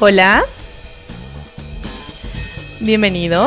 Hola, bienvenido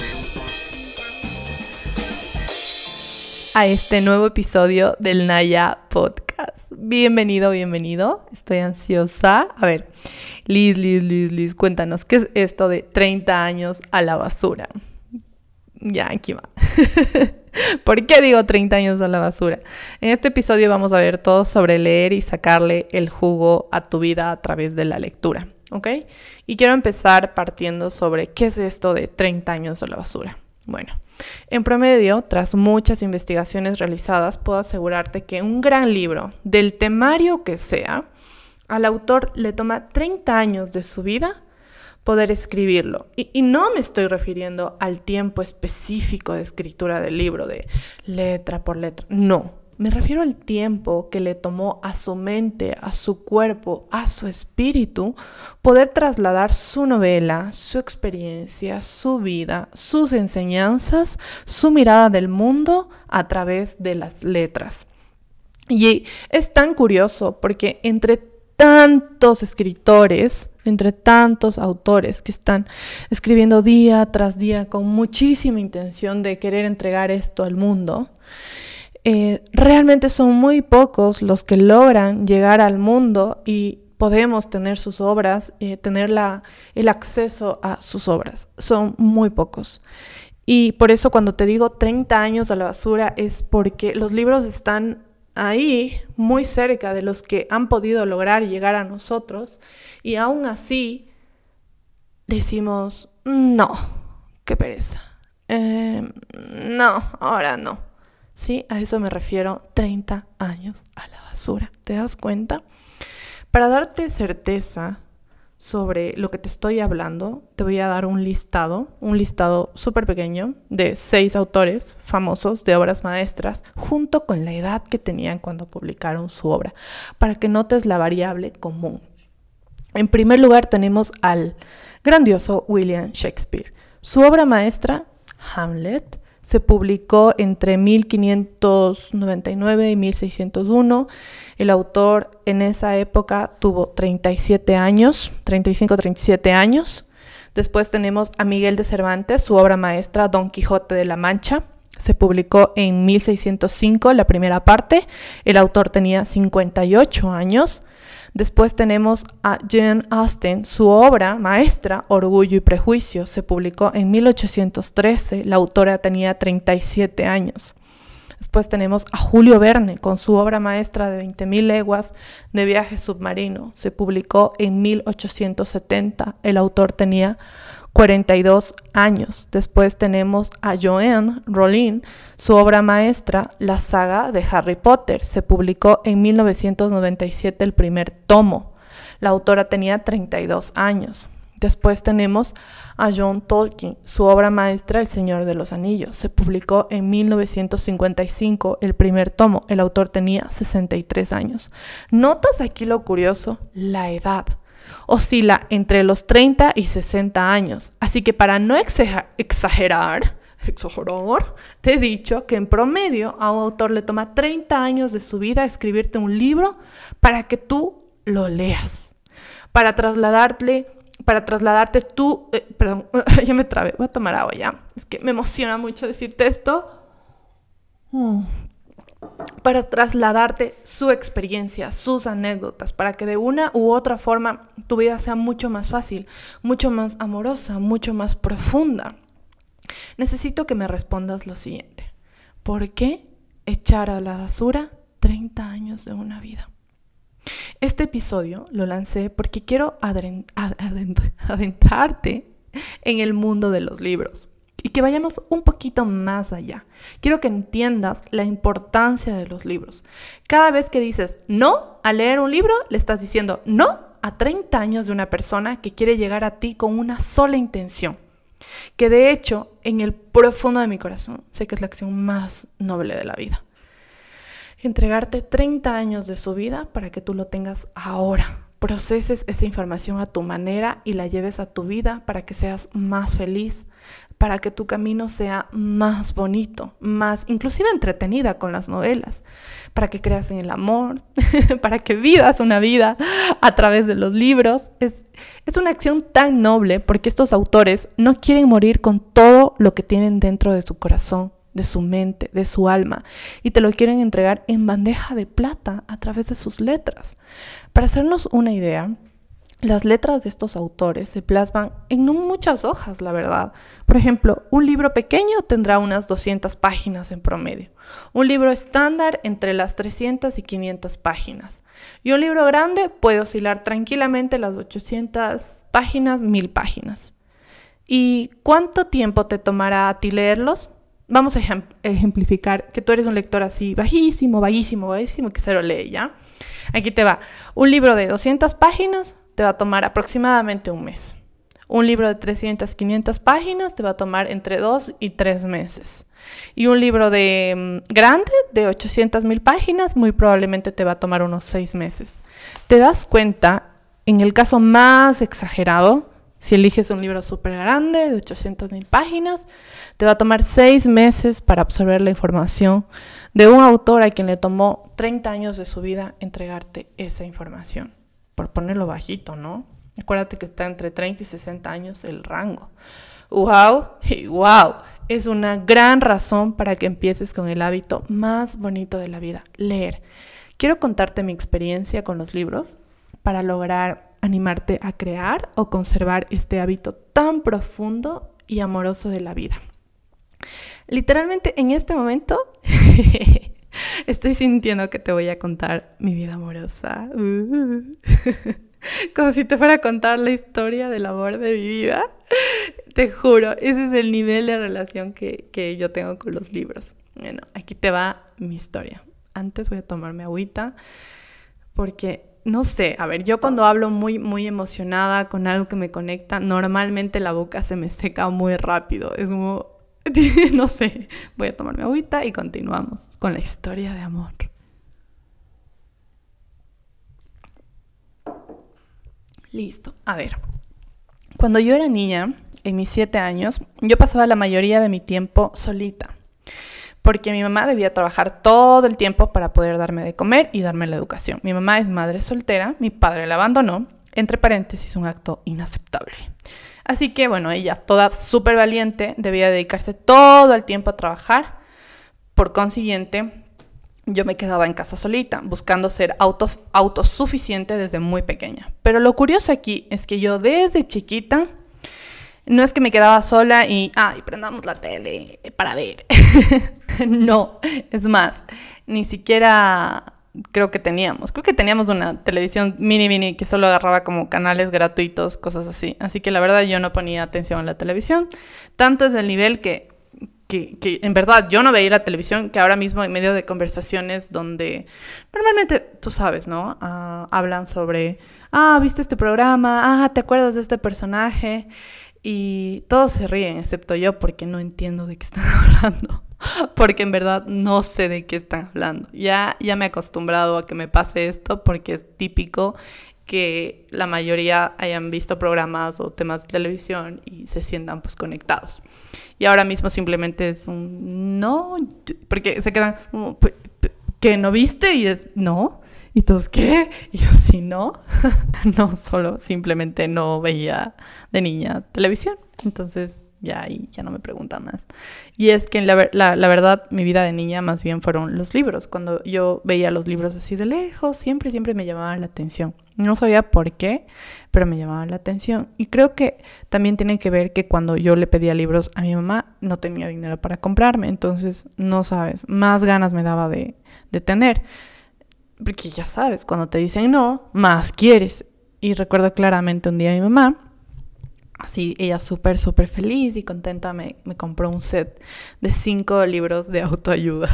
a este nuevo episodio del Naya Podcast. Bienvenido. Estoy ansiosa. A ver, Liz, cuéntanos, ¿qué es esto de 30 años a la basura? Ya, aquí va. ¿Por qué digo 30 años a la basura? En este episodio vamos a ver todo sobre leer y sacarle el jugo a tu vida a través de la lectura, ¿ok? Y quiero empezar partiendo sobre qué es esto de 30 años a la basura. Bueno, en promedio, tras muchas investigaciones realizadas, puedo asegurarte que un gran libro, del temario que sea, al autor le toma 30 años de su vida poder escribirlo. Y no me estoy refiriendo al tiempo específico de escritura del libro, de letra por letra. No, me refiero al tiempo que le tomó a su mente, a su cuerpo, a su espíritu, poder trasladar su novela, su experiencia, su vida, sus enseñanzas, su mirada del mundo a través de las letras. Y es tan curioso porque entre tantos escritores, entre tantos autores que están escribiendo día tras día con muchísima intención de querer entregar esto al mundo, realmente son muy pocos los que logran llegar al mundo y podemos tener sus obras, tener el acceso a sus obras. Son muy pocos. Y por eso cuando te digo 30 años a la basura es porque los libros están ahí, muy cerca de los que han podido lograr llegar a nosotros, y aún así decimos, no, qué pereza, no, ahora no. Sí, a eso me refiero, 30 años a la basura. ¿Te das cuenta? Para darte certeza sobre lo que te estoy hablando, te voy a dar un listado súper pequeño de 6 autores famosos de obras maestras, junto con la edad que tenían cuando publicaron su obra, para que notes la variable común. En primer lugar tenemos al grandioso William Shakespeare. Su obra maestra, Hamlet, se publicó entre 1599 y 1601. El autor en esa época tuvo 35-37 años. Después tenemos a Miguel de Cervantes, su obra maestra, Don Quijote de la Mancha. Se publicó en 1605, la primera parte. El autor tenía 58 años. Después tenemos a Jane Austen, su obra maestra, Orgullo y Prejuicio, se publicó en 1813, la autora tenía 37 años. Después tenemos a Julio Verne, con su obra maestra de 20.000 leguas de viaje submarino, se publicó en 1870, el autor tenía 42 años. Después tenemos a Joanne Rowling, su obra maestra, la saga de Harry Potter. Se publicó en 1997 el primer tomo. La autora tenía 32 años. Después tenemos a John Tolkien, su obra maestra, El Señor de los Anillos. Se publicó en 1955 el primer tomo. El autor tenía 63 años. ¿Notas aquí lo curioso? La edad. Oscila entre los 30 y 60 años. Así que para no exagerar, te he dicho que en promedio a un autor le toma 30 años de su vida escribirte un libro para que tú lo leas. Para trasladarte tú... perdón, ya me trabé, voy a tomar agua ya. Es que me emociona mucho decirte esto. Para trasladarte su experiencia, sus anécdotas, para que de una u otra forma tu vida sea mucho más fácil, mucho más amorosa, mucho más profunda. Necesito que me respondas lo siguiente. ¿Por qué echar a la basura 30 años de una vida? Este episodio lo lancé porque quiero adentrarte en el mundo de los libros. Y que vayamos un poquito más allá. Quiero que entiendas la importancia de los libros. Cada vez que dices no a leer un libro, le estás diciendo no a 30 años de una persona que quiere llegar a ti con una sola intención. Que de hecho, en el profundo de mi corazón, sé que es la acción más noble de la vida. Entregarte 30 años de su vida para que tú lo tengas ahora. Proceses esa información a tu manera y la lleves a tu vida para que seas más feliz, para que tu camino sea más bonito, más inclusive entretenida con las novelas, para que creas en el amor, para que vivas una vida a través de los libros. Es una acción tan noble porque estos autores no quieren morir con todo lo que tienen dentro de su corazón, de su mente, de su alma, y te lo quieren entregar en bandeja de plata a través de sus letras. Para hacernos una idea, las letras de estos autores se plasman en no muchas hojas, la verdad. Por ejemplo, un libro pequeño tendrá unas 200 páginas en promedio. Un libro estándar entre las 300 y 500 páginas. Y un libro grande puede oscilar tranquilamente las 800 páginas, 1000 páginas. ¿Y cuánto tiempo te tomará a ti leerlos? Vamos a ejemplificar que tú eres un lector así vaguísimo, que cero lee, ¿ya? Aquí te va. Un libro de 200 páginas te va a tomar aproximadamente un mes. Un libro de 300, 500 páginas te va a tomar entre 2 y 3 meses. Y un libro grande, de 800,000 páginas, muy probablemente te va a tomar unos 6 meses. ¿Te das cuenta? En el caso más exagerado, si eliges un libro súper grande, de 800,000 páginas, te va a tomar 6 meses para absorber la información de un autor a quien le tomó 30 años de su vida entregarte esa información. Por ponerlo bajito, ¿no? Acuérdate que está entre 30 y 60 años el rango. ¡Wow! Y ¡wow! Es una gran razón para que empieces con el hábito más bonito de la vida, leer. Quiero contarte mi experiencia con los libros para lograr animarte a crear o conservar este hábito tan profundo y amoroso de la vida. Literalmente en este momento estoy sintiendo que te voy a contar mi vida amorosa. Como si te fuera a contar la historia del amor de mi vida. Te juro, ese es el nivel de relación que yo tengo con los libros. Bueno, aquí te va mi historia. Antes voy a tomarme agüita porque no sé, a ver, yo cuando hablo muy emocionada con algo que me conecta, normalmente la boca se me seca muy rápido. Es como, no sé, voy a tomarme agüita y continuamos con la historia de amor. Listo, a ver, cuando yo era niña, en mis 7 años, yo pasaba la mayoría de mi tiempo solita. Porque mi mamá debía trabajar todo el tiempo para poder darme de comer y darme la educación. Mi mamá es madre soltera, mi padre la abandonó, entre paréntesis, un acto inaceptable. Así que, bueno, ella, toda súper valiente, debía dedicarse todo el tiempo a trabajar. Por consiguiente, yo me quedaba en casa solita, buscando ser autosuficiente desde muy pequeña. Pero lo curioso aquí es que yo desde chiquita, no es que me quedaba sola y prendamos la tele para ver. No, es más, ni siquiera creo que teníamos una televisión mini que solo agarraba como canales gratuitos, cosas así. Así que la verdad yo no ponía atención a la televisión. Tanto es el nivel que en verdad yo no veía la televisión, que ahora mismo en medio de conversaciones donde normalmente, tú sabes, ¿no? Hablan sobre, ¿viste este programa? ¿Te acuerdas de este personaje? Y todos se ríen, excepto yo, porque no entiendo de qué están hablando. Porque en verdad no sé de qué están hablando. Ya me he acostumbrado a que me pase esto, porque es típico que la mayoría hayan visto programas o temas de televisión y se sientan pues conectados. Y ahora mismo simplemente es un no, porque se quedan, ¿qué no viste? Y es no. ¿Y todos qué? Y yo sí, no. No, solo simplemente no veía de niña televisión. Entonces ya no me preguntan más. Y es que la verdad, mi vida de niña más bien fueron los libros. Cuando yo veía los libros así de lejos, siempre me llamaban la atención. No sabía por qué, pero me llamaban la atención. Y creo que también tiene que ver que cuando yo le pedía libros a mi mamá, no tenía dinero para comprarme. Entonces, no sabes, más ganas me daba de tener. Porque ya sabes, cuando te dicen no, más quieres. Y recuerdo claramente un día mi mamá, así ella súper feliz y contenta, me compró un set de 5 libros de autoayuda.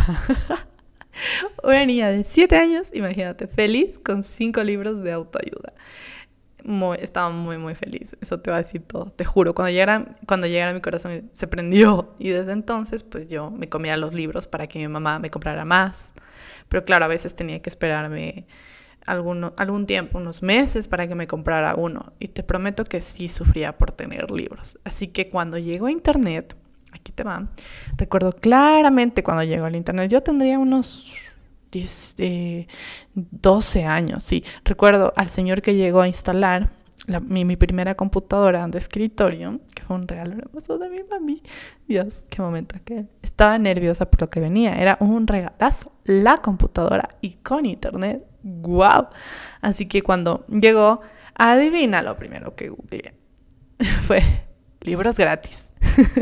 Una niña de 7 años, imagínate, feliz con 5 libros de autoayuda. Estaba muy feliz, eso te va a decir todo, te juro. Cuando llegara mi corazón se prendió. Y desde entonces pues yo me comía los libros para que mi mamá me comprara más. Pero claro, a veces tenía que esperarme algún tiempo, unos meses, para que me comprara uno. Y te prometo que sí sufría por tener libros. Así que cuando llegó a internet, aquí te va. Recuerdo claramente cuando llegó el internet. Yo tendría unos 12 años, sí. Recuerdo al señor que llegó a instalar mi primera computadora de escritorio, que fue un regalo hermoso de mi mami. Dios, qué momento aquel. Estaba nerviosa por lo que venía. Era un regalazo. La computadora y con internet. ¡Wow! Así que cuando llegó, adivina lo primero que googleé. Fue libros gratis.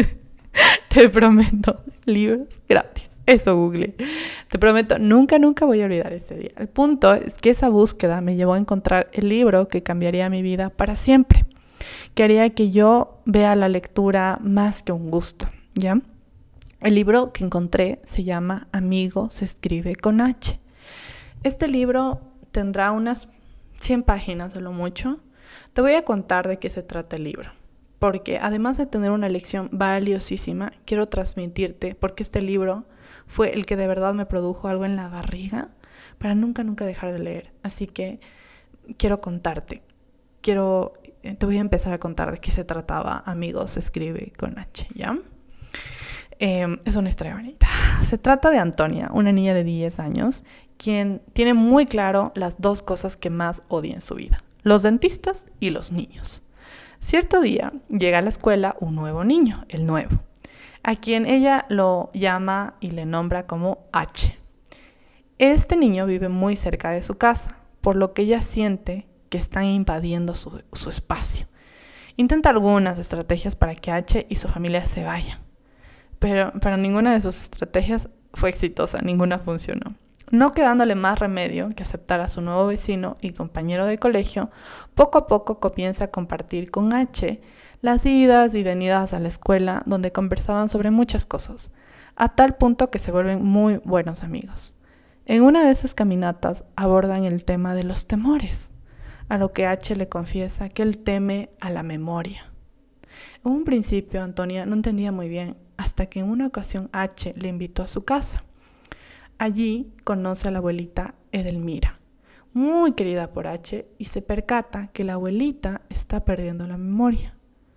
Te prometo, libros gratis. Eso googleé. Te prometo, nunca voy a olvidar ese día. El punto es que esa búsqueda me llevó a encontrar el libro que cambiaría mi vida para siempre. Que haría que yo vea la lectura más que un gusto, ¿ya? El libro que encontré se llama Amigo se escribe con H. Este libro tendrá unas 100 páginas de lo mucho. Te voy a contar de qué se trata el libro. Porque además de tener una lección valiosísima, quiero transmitirte porque este libro fue el que de verdad me produjo algo en la barriga para nunca dejar de leer. Así que quiero contarte. Te voy a empezar a contar de qué se trataba. Amigos se escribe con H, ¿ya? Es una historia bonita. Se trata de Antonia, una niña de 10 años, quien tiene muy claro las dos cosas que más odia en su vida: los dentistas y los niños. Cierto día llega a la escuela un nuevo niño, el nuevo, a quien ella lo llama y le nombra como H. Este niño vive muy cerca de su casa, por lo que ella siente que están invadiendo su espacio. Intenta algunas estrategias para que H y su familia se vayan, pero ninguna de sus estrategias fue exitosa, ninguna funcionó. No quedándole más remedio que aceptar a su nuevo vecino y compañero de colegio, poco a poco comienza a compartir con H las idas y venidas a la escuela, donde conversaban sobre muchas cosas, a tal punto que se vuelven muy buenos amigos. En una de esas caminatas abordan el tema de los temores, a lo que H le confiesa que él teme a la memoria. En un principio Antonia no entendía muy bien, hasta que en una ocasión H le invitó a su casa. Allí conoce a la abuelita Edelmira, muy querida por H, y se percata que la abuelita está perdiendo la memoria,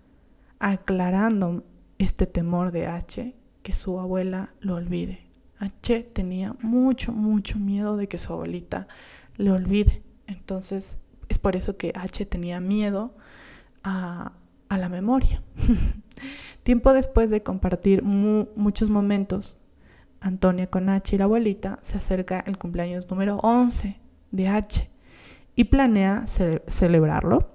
aclarando este temor de H, que su abuela lo olvide. H tenía mucho miedo de que su abuelita lo olvide. Entonces es por eso que H tenía miedo a la memoria. Tiempo después de compartir muchos momentos, Antonia con H y la abuelita, se acerca el cumpleaños número 11 de H y planea celebrarlo.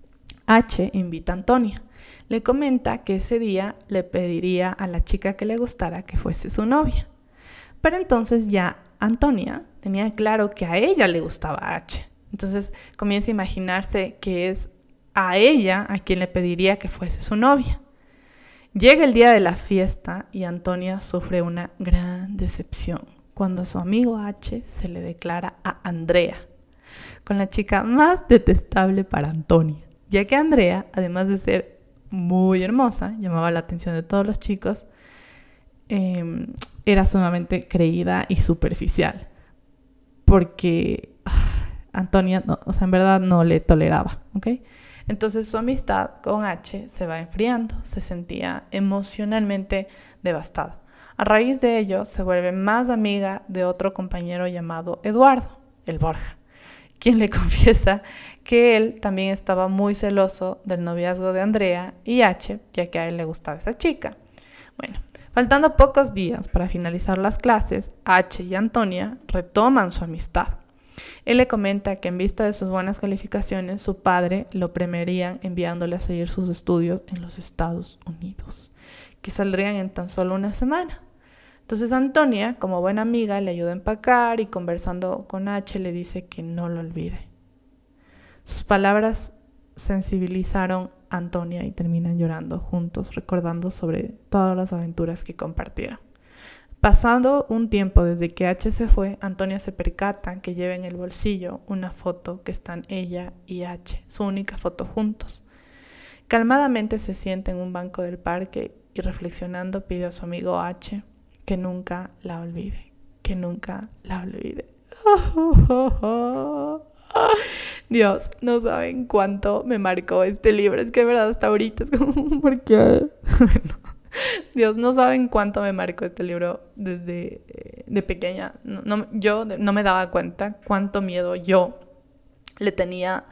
H invita a Antonia. Le comenta que ese día le pediría a la chica que le gustara que fuese su novia. Pero entonces ya Antonia tenía claro que a ella le gustaba H. Entonces comienza a imaginarse que es a ella a quien le pediría que fuese su novia. Llega el día de la fiesta y Antonia sufre una gran decepción cuando su amigo H se le declara a Andrea, con la chica más detestable para Antonia, ya que Andrea, además de ser muy hermosa, llamaba la atención de todos los chicos, era sumamente creída y superficial, porque Antonia, en verdad no le toleraba, ¿ok? Entonces su amistad con H se va enfriando, se sentía emocionalmente devastada. A raíz de ello se vuelve más amiga de otro compañero llamado Eduardo, el Borja, quien le confiesa que él también estaba muy celoso del noviazgo de Andrea y H, ya que a él le gustaba esa chica. Bueno, faltando pocos días para finalizar las clases, H y Antonia retoman su amistad. Él le comenta que en vista de sus buenas calificaciones, su padre lo premiarían enviándole a seguir sus estudios en los Estados Unidos, que saldrían en tan solo una semana. Entonces Antonia, como buena amiga, le ayuda a empacar y conversando con H le dice que no lo olvide. Sus palabras sensibilizaron a Antonia y terminan llorando juntos, recordando sobre todas las aventuras que compartieron. Pasando un tiempo desde que H se fue, Antonia se percata que lleva en el bolsillo una foto que están ella y H, su única foto juntos. Calmadamente se sienta en un banco del parque y reflexionando pide a su amigo H que nunca la olvide, que nunca la olvide. Dios, no saben cuánto me marcó este libro, es que de verdad hasta ahorita es como, ¿por qué? Dios, no saben cuánto me marcó este libro desde de pequeña. Yo no me daba cuenta cuánto miedo yo le tenía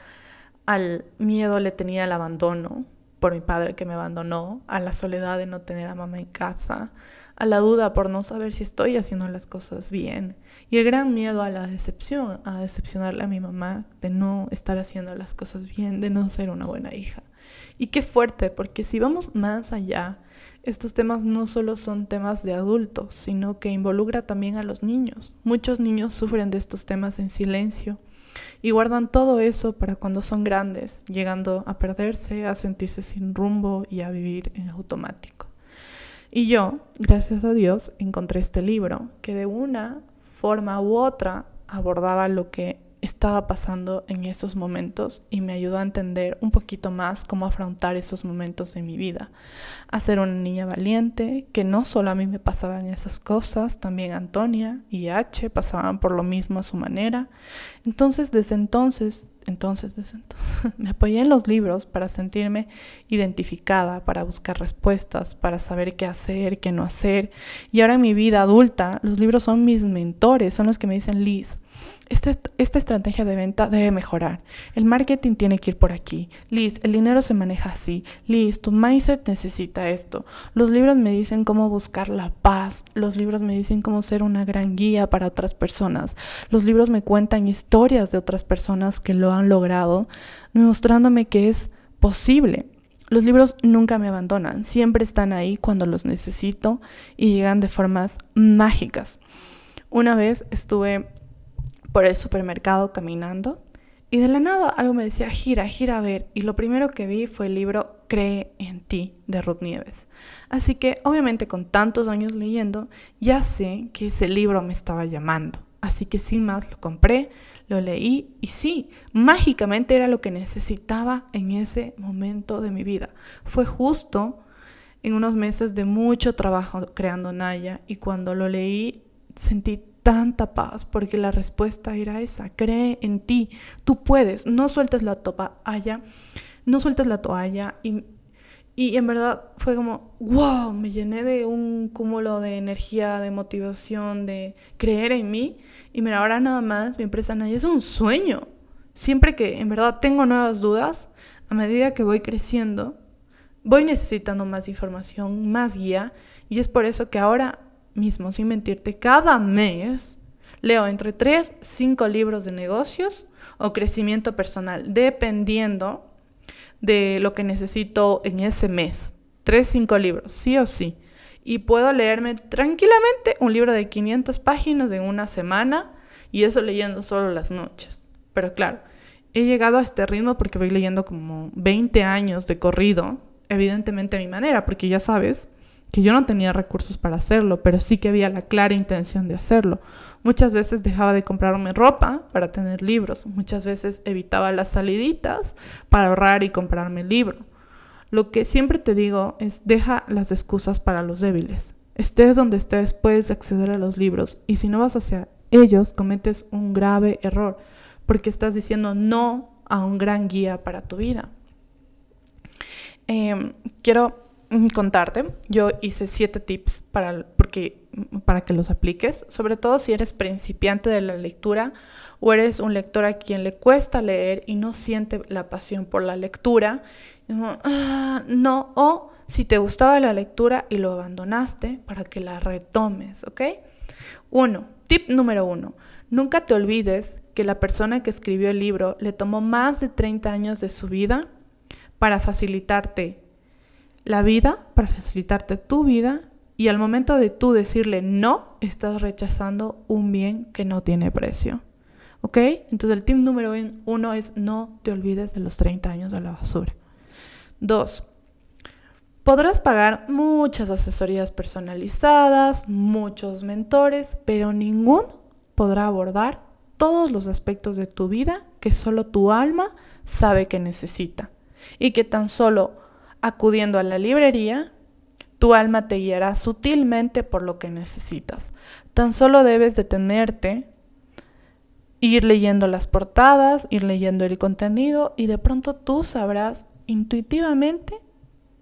le tenía al abandono por mi padre que me abandonó, a la soledad de no tener a mamá en casa, a la duda por no saber si estoy haciendo las cosas bien y el gran miedo a la decepción, a decepcionarle a mi mamá, de no estar haciendo las cosas bien, de no ser una buena hija. Y qué fuerte, porque si vamos más allá, estos temas no solo son temas de adultos, sino que involucra también a los niños. Muchos niños sufren de estos temas en silencio y guardan todo eso para cuando son grandes, llegando a perderse, a sentirse sin rumbo y a vivir en automático. Y yo, gracias a Dios, encontré este libro que de una forma u otra abordaba lo que estaba pasando en esos momentos y me ayudó a entender un poquito más cómo afrontar esos momentos de mi vida, a ser una niña valiente, que no solo a mí me pasaban esas cosas, también Antonia y H pasaban por lo mismo a su manera. Entonces, desde entonces, me apoyé en los libros para sentirme identificada, para buscar respuestas, para saber qué hacer, qué no hacer. Y ahora en mi vida adulta, los libros son mis mentores, son los que me dicen, Liz, esta estrategia de venta debe mejorar. El marketing tiene que ir por aquí. Liz, el dinero se maneja así. Liz, tu mindset necesita esto. Los libros me dicen cómo buscar la paz. Los libros me dicen cómo ser una gran guía para otras personas. Los libros me cuentan historias de otras personas que lo han logrado, mostrándome que es posible. Los libros nunca me abandonan. Siempre están ahí cuando los necesito y llegan de formas mágicas. Una vez estuve por el supermercado caminando y de la nada algo me decía, gira a ver, y lo primero que vi fue el libro Cree en ti de Ruth Nieves. Así que obviamente con tantos años leyendo ya sé que ese libro me estaba llamando, así que sin más lo compré, lo leí y sí, mágicamente era lo que necesitaba en ese momento de mi vida. Fue justo en unos meses de mucho trabajo creando Naya y cuando lo leí sentí tanta paz, porque la respuesta era esa: cree en ti, tú puedes, no sueltes la toalla, y en verdad fue como, wow, me llené de un cúmulo de energía, de motivación, de creer en mí, y mira, ahora nada más mi empresa Naya es un sueño. Siempre que en verdad tengo nuevas dudas, a medida que voy creciendo, voy necesitando más información, más guía, y es por eso que ahora mismo, sin mentirte, cada mes leo entre 3 y 5 libros de negocios o crecimiento personal, dependiendo de lo que necesito en ese mes. 3 o 5 libros, sí o sí. Y puedo leerme tranquilamente un libro de 500 páginas en una semana, y eso leyendo solo las noches. Pero claro, he llegado a este ritmo porque voy leyendo como 20 años de corrido, evidentemente a mi manera, porque ya sabes que yo no tenía recursos para hacerlo, pero sí que había la clara intención de hacerlo. Muchas veces dejaba de comprarme ropa para tener libros. Muchas veces evitaba las saliditas para ahorrar y comprarme el libro. Lo que siempre te digo es: deja las excusas para los débiles. Estés donde estés, puedes acceder a los libros. Y si no vas hacia ellos, cometes un grave error, porque estás diciendo no a un gran guía para tu vida. Quiero contarte, yo hice 7 tips para que los apliques, sobre todo si eres principiante de la lectura o eres un lector a quien le cuesta leer y no siente la pasión por la lectura, no, o si te gustaba la lectura y lo abandonaste, para que la retomes, ¿ok? Tip número 1, nunca te olvides que la persona que escribió el libro le tomó más de 30 años de su vida para facilitarte la vida, para facilitarte tu vida, y al momento de tú decirle no, estás rechazando un bien que no tiene precio, ¿ok? Entonces el tip número 1 es: no te olvides de los 30 años de la basura. 2, podrás pagar muchas asesorías personalizadas, muchos mentores, pero ninguno podrá abordar todos los aspectos de tu vida que solo tu alma sabe que necesita, y que tan solo acudiendo a la librería, tu alma te guiará sutilmente por lo que necesitas. Tan solo debes detenerte, ir leyendo las portadas, ir leyendo el contenido, y de pronto tú sabrás intuitivamente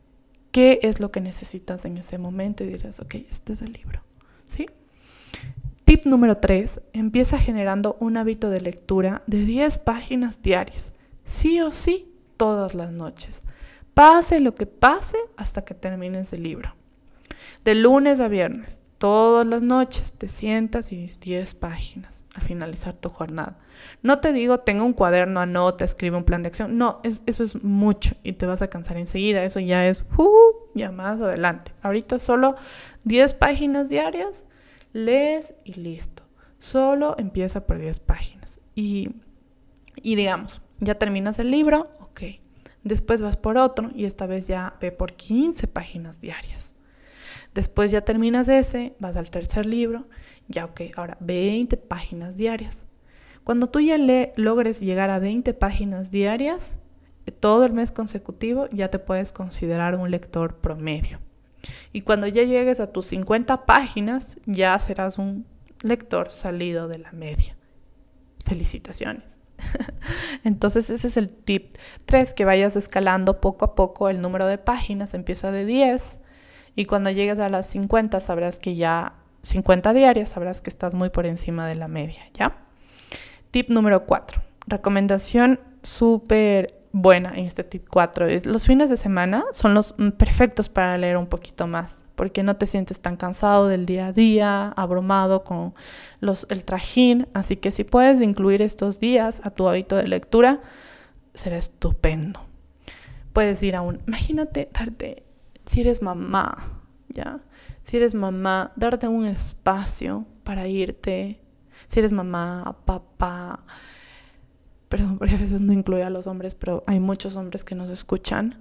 qué es lo que necesitas en ese momento y dirás, ok, este es el libro, ¿sí? Tip número 3, empieza generando un hábito de lectura de 10 páginas diarias, sí o sí, todas las noches. Pase lo que pase hasta que termines el libro. De lunes a viernes, todas las noches te sientas y 10 páginas al finalizar tu jornada. No te digo, tenga un cuaderno, anota, escribe un plan de acción. No, eso es mucho y te vas a cansar enseguida. Eso ya es ya más adelante. Ahorita solo 10 páginas diarias, lees y listo. Solo empieza por 10 páginas. Y digamos, ya terminas el libro, ok. Después vas por otro y esta vez ya ve por 15 páginas diarias. Después ya terminas ese, vas al tercer libro, ya ok, ahora 20 páginas diarias. Cuando tú ya logres llegar a 20 páginas diarias, todo el mes consecutivo, ya te puedes considerar un lector promedio. Y cuando ya llegues a tus 50 páginas, ya serás un lector salido de la media. Felicitaciones. Entonces ese es el tip 3, que vayas escalando poco a poco el número de páginas, empieza de 10 y cuando llegues a las 50 sabrás que ya 50 diarias, sabrás que estás muy por encima de la media, ¿ya? Tip número 4, recomendación súper buena en este tip 4 es los fines de semana son los perfectos para leer un poquito más, porque no te sientes tan cansado del día a día, abrumado con el trajín, así que si puedes incluir estos días a tu hábito de lectura, será estupendo. Puedes ir imagínate si eres mamá, ¿ya? Si eres mamá, darte un espacio para irte, si eres mamá, papá, perdón, porque a veces no incluye a los hombres, pero hay muchos hombres que nos escuchan,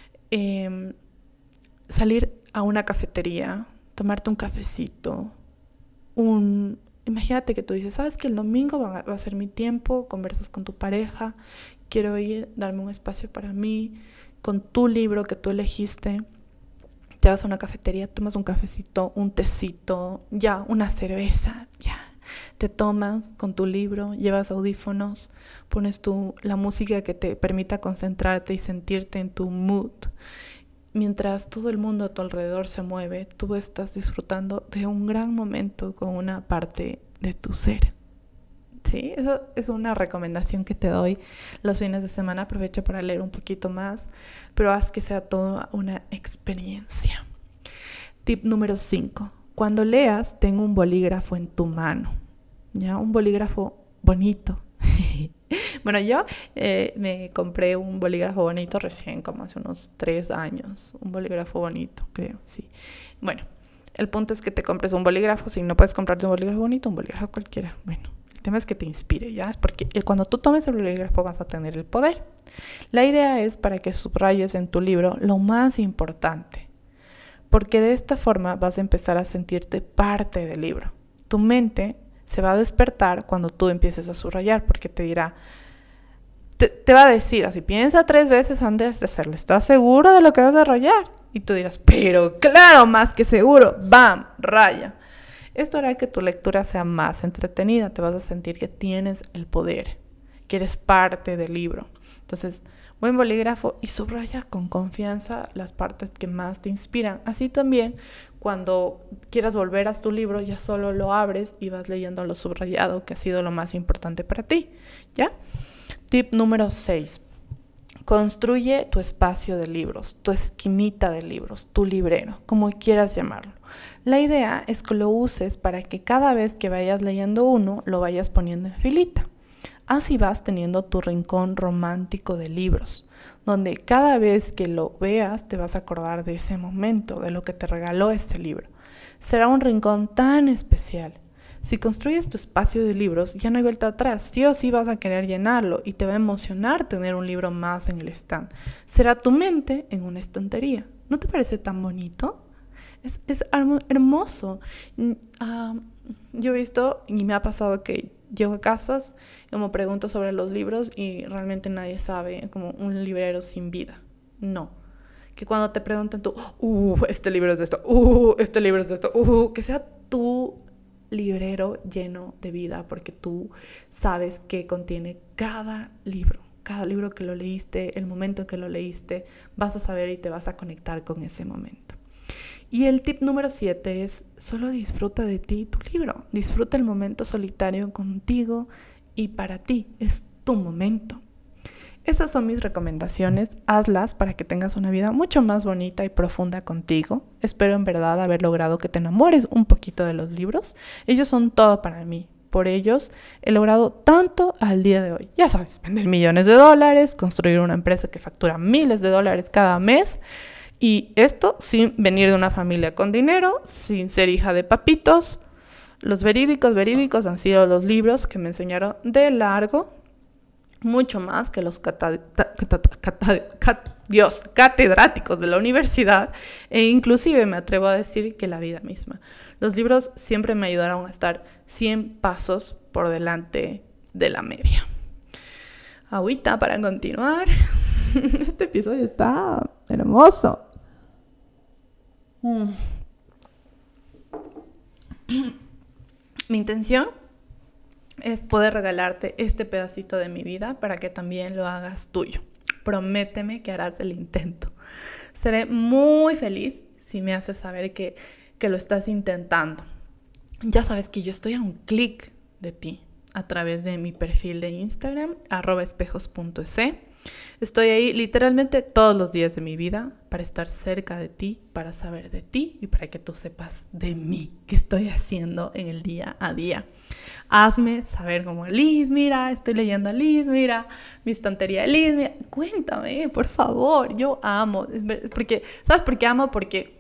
salir a una cafetería, tomarte un cafecito, imagínate que tú dices, sabes que el domingo va a ser mi tiempo, conversas con tu pareja, quiero ir, darme un espacio para mí, con tu libro que tú elegiste, te vas a una cafetería, tomas un cafecito, un tecito, ya, una cerveza, ya. Te tomas con tu libro, llevas audífonos, pones la música que te permita concentrarte y sentirte en tu mood. Mientras todo el mundo a tu alrededor se mueve, tú estás disfrutando de un gran momento con una parte de tu ser. Sí, eso es una recomendación que te doy los fines de semana. Aprovecha para leer un poquito más, pero haz que sea toda una experiencia. Tip número 5. Cuando leas, ten un bolígrafo en tu mano, ¿ya? Un bolígrafo bonito. Bueno, yo me compré un bolígrafo bonito recién, como hace unos 3 años. Un bolígrafo bonito, creo, sí. Bueno, el punto es que te compres un bolígrafo. Si no puedes comprarte un bolígrafo bonito, un bolígrafo cualquiera. Bueno, el tema es que te inspire, ¿ya? Es porque cuando tú tomes el bolígrafo vas a tener el poder. La idea es para que subrayes en tu libro lo más importante, porque de esta forma vas a empezar a sentirte parte del libro. Tu mente se va a despertar cuando tú empieces a subrayar, porque te dirá, te va a decir así, piensa 3 veces antes de hacerlo, ¿estás seguro de lo que vas a rayar? Y tú dirás, pero claro, más que seguro, ¡bam!, raya. Esto hará que tu lectura sea más entretenida, te vas a sentir que tienes el poder, que eres parte del libro. Entonces, buen bolígrafo y subraya con confianza las partes que más te inspiran. Así también, cuando quieras volver a tu libro, ya solo lo abres y vas leyendo lo subrayado, que ha sido lo más importante para ti, ¿ya? Tip número 6. Construye tu espacio de libros, tu esquinita de libros, tu librero, como quieras llamarlo. La idea es que lo uses para que cada vez que vayas leyendo uno, lo vayas poniendo en filita. Así vas teniendo tu rincón romántico de libros, donde cada vez que lo veas te vas a acordar de ese momento, de lo que te regaló este libro. Será un rincón tan especial. Si construyes tu espacio de libros, ya no hay vuelta atrás. Sí o sí vas a querer llenarlo y te va a emocionar tener un libro más en el stand. Será tu mente en una estantería. ¿No te parece tan bonito? Es hermoso. Yo he visto y me ha pasado que llego a casas, como pregunto sobre los libros y realmente nadie sabe, como un librero sin vida. No. Que cuando te preguntan tú, este libro es de esto, este libro es de esto, que sea tu librero lleno de vida, porque tú sabes qué contiene cada libro. cada libro que lo leíste, el momento que lo leíste, vas a saber y te vas a conectar con ese momento. Y el tip número 7 es: solo disfruta de ti y tu libro. Disfruta el momento solitario contigo y para ti. Es tu momento. Esas son mis recomendaciones. Hazlas para que tengas una vida mucho más bonita y profunda contigo. Espero en verdad haber logrado que te enamores un poquito de los libros. Ellos son todo para mí. Por ellos he logrado tanto al día de hoy. Ya sabes, vender millones de dólares, construir una empresa que factura miles de dólares cada mes. Y esto sin venir de una familia con dinero, sin ser hija de papitos. Los verídicos han sido los libros que me enseñaron de largo, mucho más que los catedráticos de la universidad, e inclusive me atrevo a decir que la vida misma. Los libros siempre me ayudaron a estar 100 pasos por delante de la media. Agüita para continuar. Este episodio está hermoso. Mi intención es poder regalarte este pedacito de mi vida para que también lo hagas tuyo. Prométeme que harás el intento. Seré muy feliz si me haces saber que lo estás intentando. Ya sabes que yo estoy a un clic de ti a través de mi perfil de Instagram, @espejos.es. Estoy ahí literalmente todos los días de mi vida para estar cerca de ti, para saber de ti y para que tú sepas de mí, qué estoy haciendo en el día a día. Hazme saber como: Liz, mira, estoy leyendo a Liz, mira, mi estantería de Liz, mira. Cuéntame, por favor, yo amo. Porque, ¿sabes por qué amo? Porque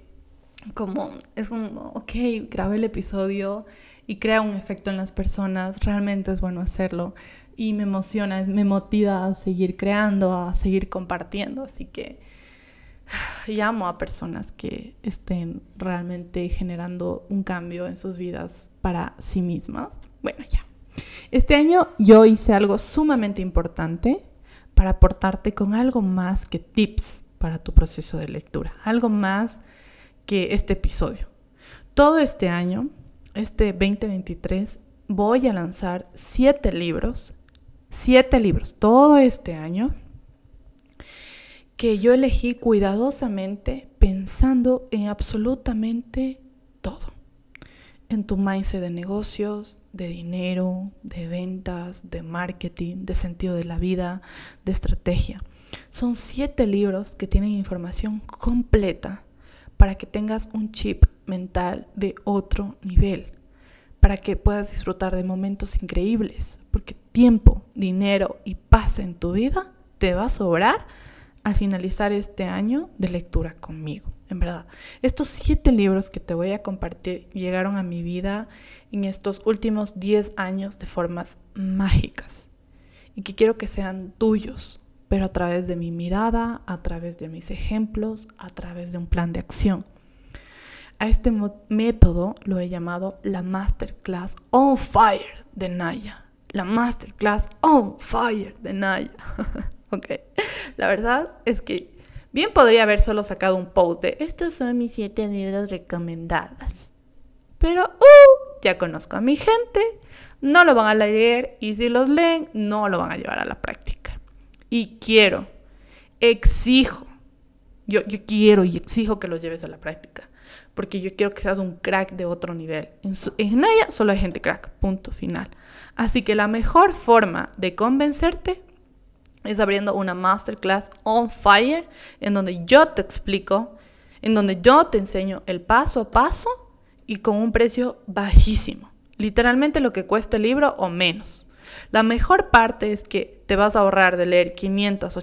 es como, ok, grabé el episodio y crea un efecto en las personas, realmente es bueno hacerlo. Y me emociona, me motiva a seguir creando, a seguir compartiendo. Así que llamo a personas que estén realmente generando un cambio en sus vidas para sí mismas. Bueno, ya. Este año yo hice algo sumamente importante para aportarte con algo más que tips para tu proceso de lectura. Algo más que este episodio. Todo este año, este 2023, voy a lanzar 7 libros todo este año que yo elegí cuidadosamente pensando en absolutamente todo. En tu mindset de negocios, de dinero, de ventas, de marketing, de sentido de la vida, de estrategia. Son 7 libros que tienen información completa para que tengas un chip mental de otro nivel, para que puedas disfrutar de momentos increíbles, porque tiempo, dinero y paz en tu vida te va a sobrar al finalizar este año de lectura conmigo. En verdad, estos 7 libros que te voy a compartir llegaron a mi vida en estos últimos 10 años de formas mágicas y que quiero que sean tuyos, pero a través de mi mirada, a través de mis ejemplos, a través de un plan de acción. A este método lo he llamado la Masterclass On Fire de Naya. La Masterclass On Fire de Naya. Ok. La verdad es que bien podría haber solo sacado un post de: estos son mis 7 libros recomendados. Pero ya conozco a mi gente, no lo van a leer y si los leen, no lo van a llevar a la práctica. Y exijo, yo quiero y exijo que los lleves a la práctica. Porque yo quiero que seas un crack de otro nivel. En Naya solo hay gente crack, punto final. Así que la mejor forma de convencerte es abriendo una Masterclass On Fire, en donde yo te explico, en donde yo te enseño el paso a paso y con un precio bajísimo. Literalmente lo que cuesta el libro o menos. La mejor parte es que te vas a ahorrar de leer 500,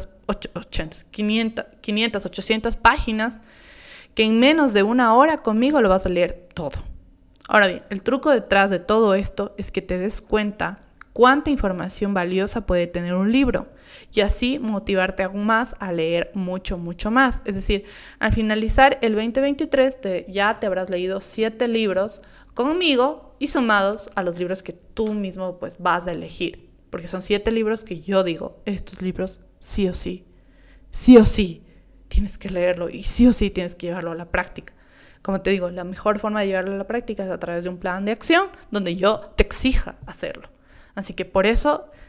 800 páginas, que en menos de 1 hora conmigo lo vas a leer todo. Ahora bien, el truco detrás de todo esto es que te des cuenta cuánta información valiosa puede tener un libro y así motivarte aún más a leer mucho, mucho más. Es decir, al finalizar el 2023 ya te habrás leído 7 libros conmigo y sumados a los libros que tú mismo pues vas a elegir. Porque son 7 libros que yo digo: estos libros sí o sí tienes que leerlo y sí o sí tienes que llevarlo a la práctica. Como te digo, la mejor forma de llevarlo a la práctica es a través de un plan de acción donde yo te exija hacerlo. Así que por eso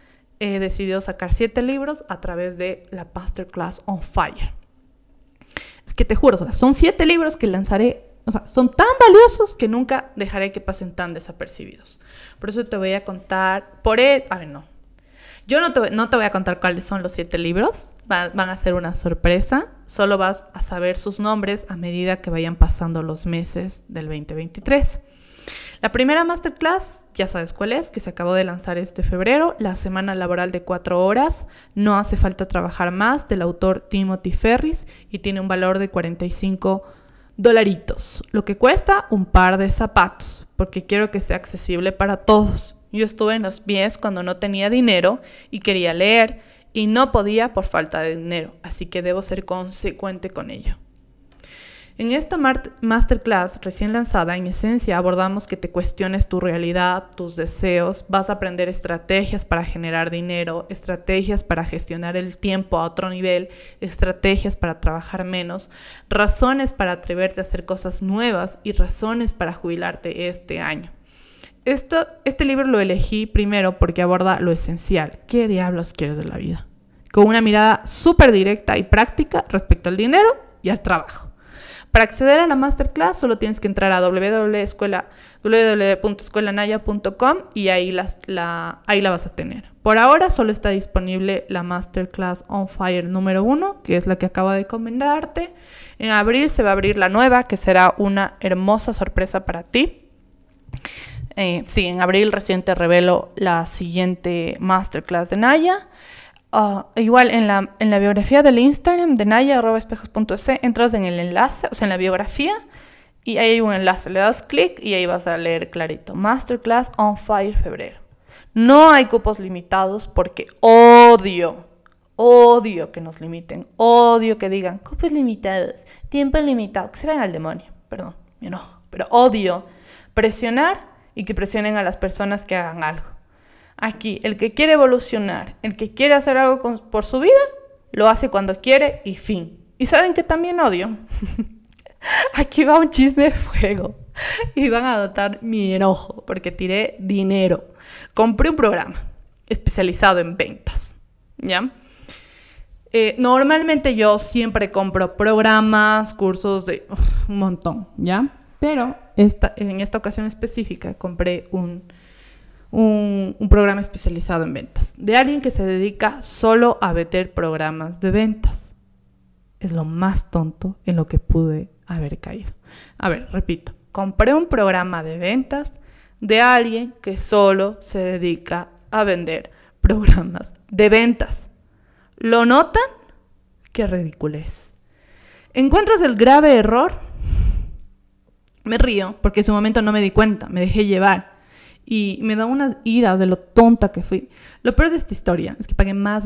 he decidido sacar 7 libros a través de la Masterclass on Fire. Es que te juro, o sea, son 7 libros que lanzaré, o sea, son tan valiosos que nunca dejaré que pasen tan desapercibidos. Por eso te voy a contar, yo no te voy a contar cuáles son los 7 libros, van a ser una sorpresa, solo vas a saber sus nombres a medida que vayan pasando los meses del 2023. La primera masterclass, ya sabes cuál es, que se acabó de lanzar este febrero, la semana laboral de 4 horas, no hace falta trabajar más, del autor Timothy Ferriss, y tiene un valor de $45, lo que cuesta un par de zapatos, porque quiero que sea accesible para todos. Yo estuve en los pies cuando no tenía dinero y quería leer, y no podía por falta de dinero, así que debo ser consecuente con ello. En esta masterclass recién lanzada, en esencia, abordamos que te cuestiones tu realidad, tus deseos, vas a aprender estrategias para generar dinero, estrategias para gestionar el tiempo a otro nivel, estrategias para trabajar menos, razones para atreverte a hacer cosas nuevas y razones para jubilarte este año. Este libro lo elegí primero porque aborda lo esencial. ¿Qué diablos quieres de la vida? Con una mirada súper directa y práctica respecto al dinero y al trabajo. Para acceder a la masterclass solo tienes que entrar a www.escuelanaya.com y ahí la vas a tener. Por ahora solo está disponible la masterclass on Fire número 1, que es la que acabo de comentarte. En abril se va a abrir la nueva, que será una hermosa sorpresa para ti. Sí, en abril recién te revelo la siguiente masterclass de Naya. Igual en la biografía del Instagram de naya@espejos.es entras en el enlace, o sea en la biografía, y ahí hay un enlace, le das clic y ahí vas a leer clarito, Masterclass on Fire febrero. No hay cupos limitados porque odio que nos limiten, odio que digan cupos limitados, tiempo limitado, que se vayan al demonio, perdón, me enojo, pero odio presionar y que presionen a las personas que hagan algo. Aquí, el que quiere evolucionar, el que quiere hacer algo por su vida, lo hace cuando quiere y fin. ¿Y saben que también odio? Aquí va un chisme de fuego. Y van a notar mi enojo, porque tiré dinero. Compré un programa especializado en ventas, ¿ya? Normalmente yo siempre compro programas, cursos de un montón, ¿ya? Pero en esta ocasión específica compré un programa especializado en ventas, de alguien que se dedica solo a vender programas de ventas. Es lo más tonto en lo que pude haber caído. A ver, repito, compré un programa de ventas de alguien que solo se dedica a vender programas de ventas. ¿Lo notan? ¡Qué ridiculez! ¿Encuentras el grave error? Me río porque en su momento no me di cuenta, me dejé llevar. Y me da unas iras de lo tonta que fui. Lo peor de esta historia es que pagué más de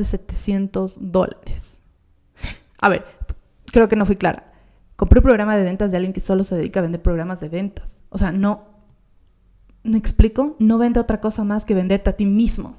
$700. A ver, creo que no fui clara. Compré un programa de ventas de alguien que solo se dedica a vender programas de ventas. O sea, ¿me explico? No vende otra cosa más que venderte a ti mismo.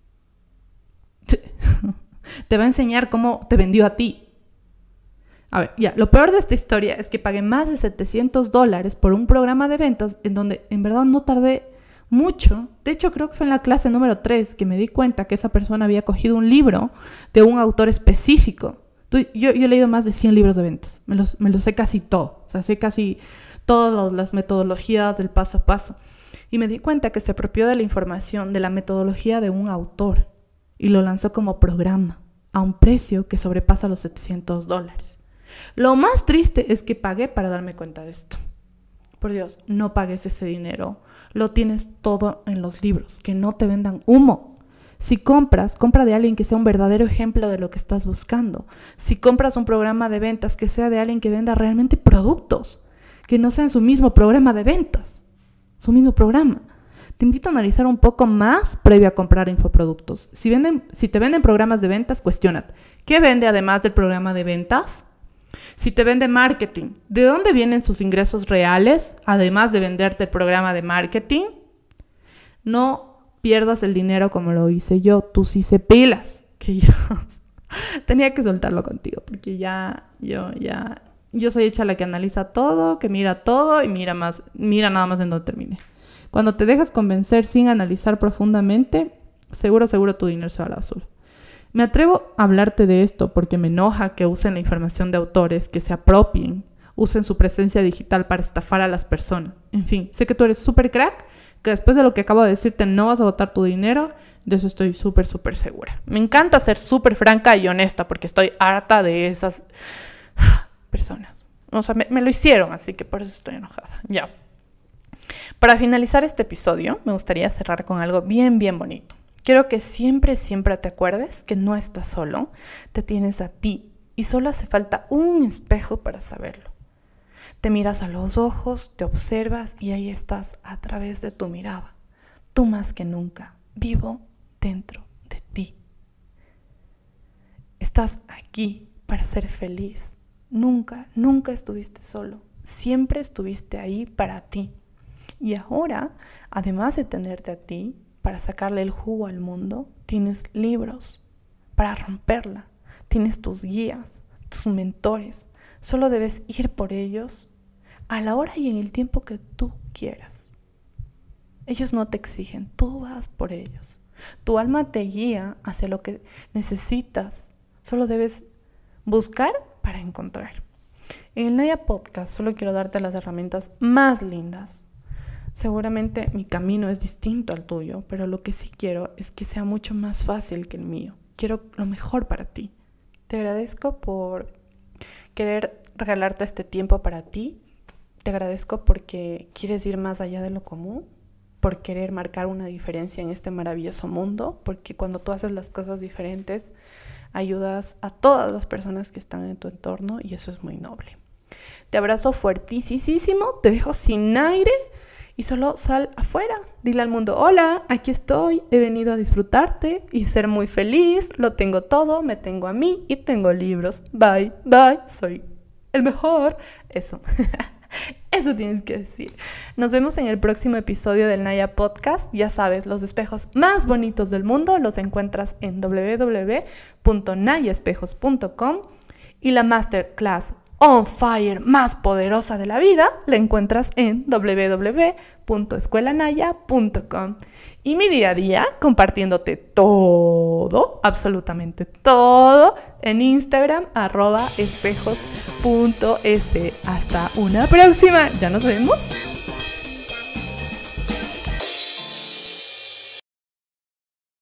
Te va a enseñar cómo te vendió a ti. A ver, ya, lo peor de esta historia es que pagué más de $700 por un programa de ventas en donde en verdad no tardé mucho. De hecho, creo que fue en la clase número 3 que me di cuenta que esa persona había cogido un libro de un autor específico. Yo he leído más de 100 libros de ventas. Me los sé casi todo. O sea, sé casi todas las metodologías del paso a paso. Y me di cuenta que se apropió de la información, de la metodología de un autor y lo lanzó como programa a un precio que sobrepasa los $700. Lo más triste es que pagué para darme cuenta de esto. Por Dios, no pagues ese dinero. Lo tienes todo en los libros. Que no te vendan humo. Si compra de alguien que sea un verdadero ejemplo de lo que estás buscando. Si compras un programa de ventas, que sea de alguien que venda realmente productos. Que no sea en su mismo programa de ventas. Su mismo programa. Te invito a analizar un poco más previo a comprar infoproductos. Si te venden programas de ventas, cuestiónate. ¿Qué vende además del programa de ventas? Si te vende marketing, ¿de dónde vienen sus ingresos reales? Además de venderte el programa de marketing, no pierdas el dinero como lo hice yo. Tú sí se pilas. Que yo tenía que soltarlo contigo, porque yo soy hecha la que analiza todo, que mira todo y mira nada más en donde termine. Cuando te dejas convencer sin analizar profundamente, seguro tu dinero se va a la basura. Me atrevo a hablarte de esto porque me enoja que usen la información de autores, que se apropien, usen su presencia digital para estafar a las personas. En fin, sé que tú eres súper crack, que después de lo que acabo de decirte no vas a botar tu dinero. De eso estoy súper segura. Me encanta ser súper franca y honesta porque estoy harta de esas personas. O sea, me lo hicieron, así que por eso estoy enojada. Ya. Para finalizar este episodio, me gustaría cerrar con algo bien bonito. Quiero que siempre te acuerdes que no estás solo, te tienes a ti y solo hace falta un espejo para saberlo. Te miras a los ojos, te observas y ahí estás a través de tu mirada. Tú más que nunca, vivo dentro de ti. Estás aquí para ser feliz. Nunca estuviste solo. Siempre estuviste ahí para ti. Y ahora, además de tenerte a ti, para sacarle el jugo al mundo, tienes libros para romperla. Tienes tus guías, tus mentores. Solo debes ir por ellos a la hora y en el tiempo que tú quieras. Ellos no te exigen, tú vas por ellos. Tu alma te guía hacia lo que necesitas. Solo debes buscar para encontrar. En el Naya Podcast solo quiero darte las herramientas más lindas. Seguramente mi camino es distinto al tuyo, pero lo que sí quiero es que sea mucho más fácil que el mío. Quiero lo mejor para ti. Te agradezco por querer regalarte este tiempo para ti. Te agradezco porque quieres ir más allá de lo común, por querer marcar una diferencia en este maravilloso mundo, porque cuando tú haces las cosas diferentes, ayudas a todas las personas que están en tu entorno y eso es muy noble. Te abrazo fuertísimo, te dejo sin aire y solo sal afuera. Dile al mundo, hola, aquí estoy, he venido a disfrutarte y ser muy feliz, lo tengo todo, me tengo a mí y tengo libros. Bye, soy el mejor. Eso. Eso tienes que decir. Nos vemos en el próximo episodio del Naya Podcast. Ya sabes, los espejos más bonitos del mundo los encuentras en www.nayaespejos.com y la masterclass on fire más poderosa de la vida la encuentras en www.escuelanaya.com. Y mi día a día compartiéndote todo, absolutamente todo, en Instagram @espejos.es. Hasta una próxima. Ya nos vemos.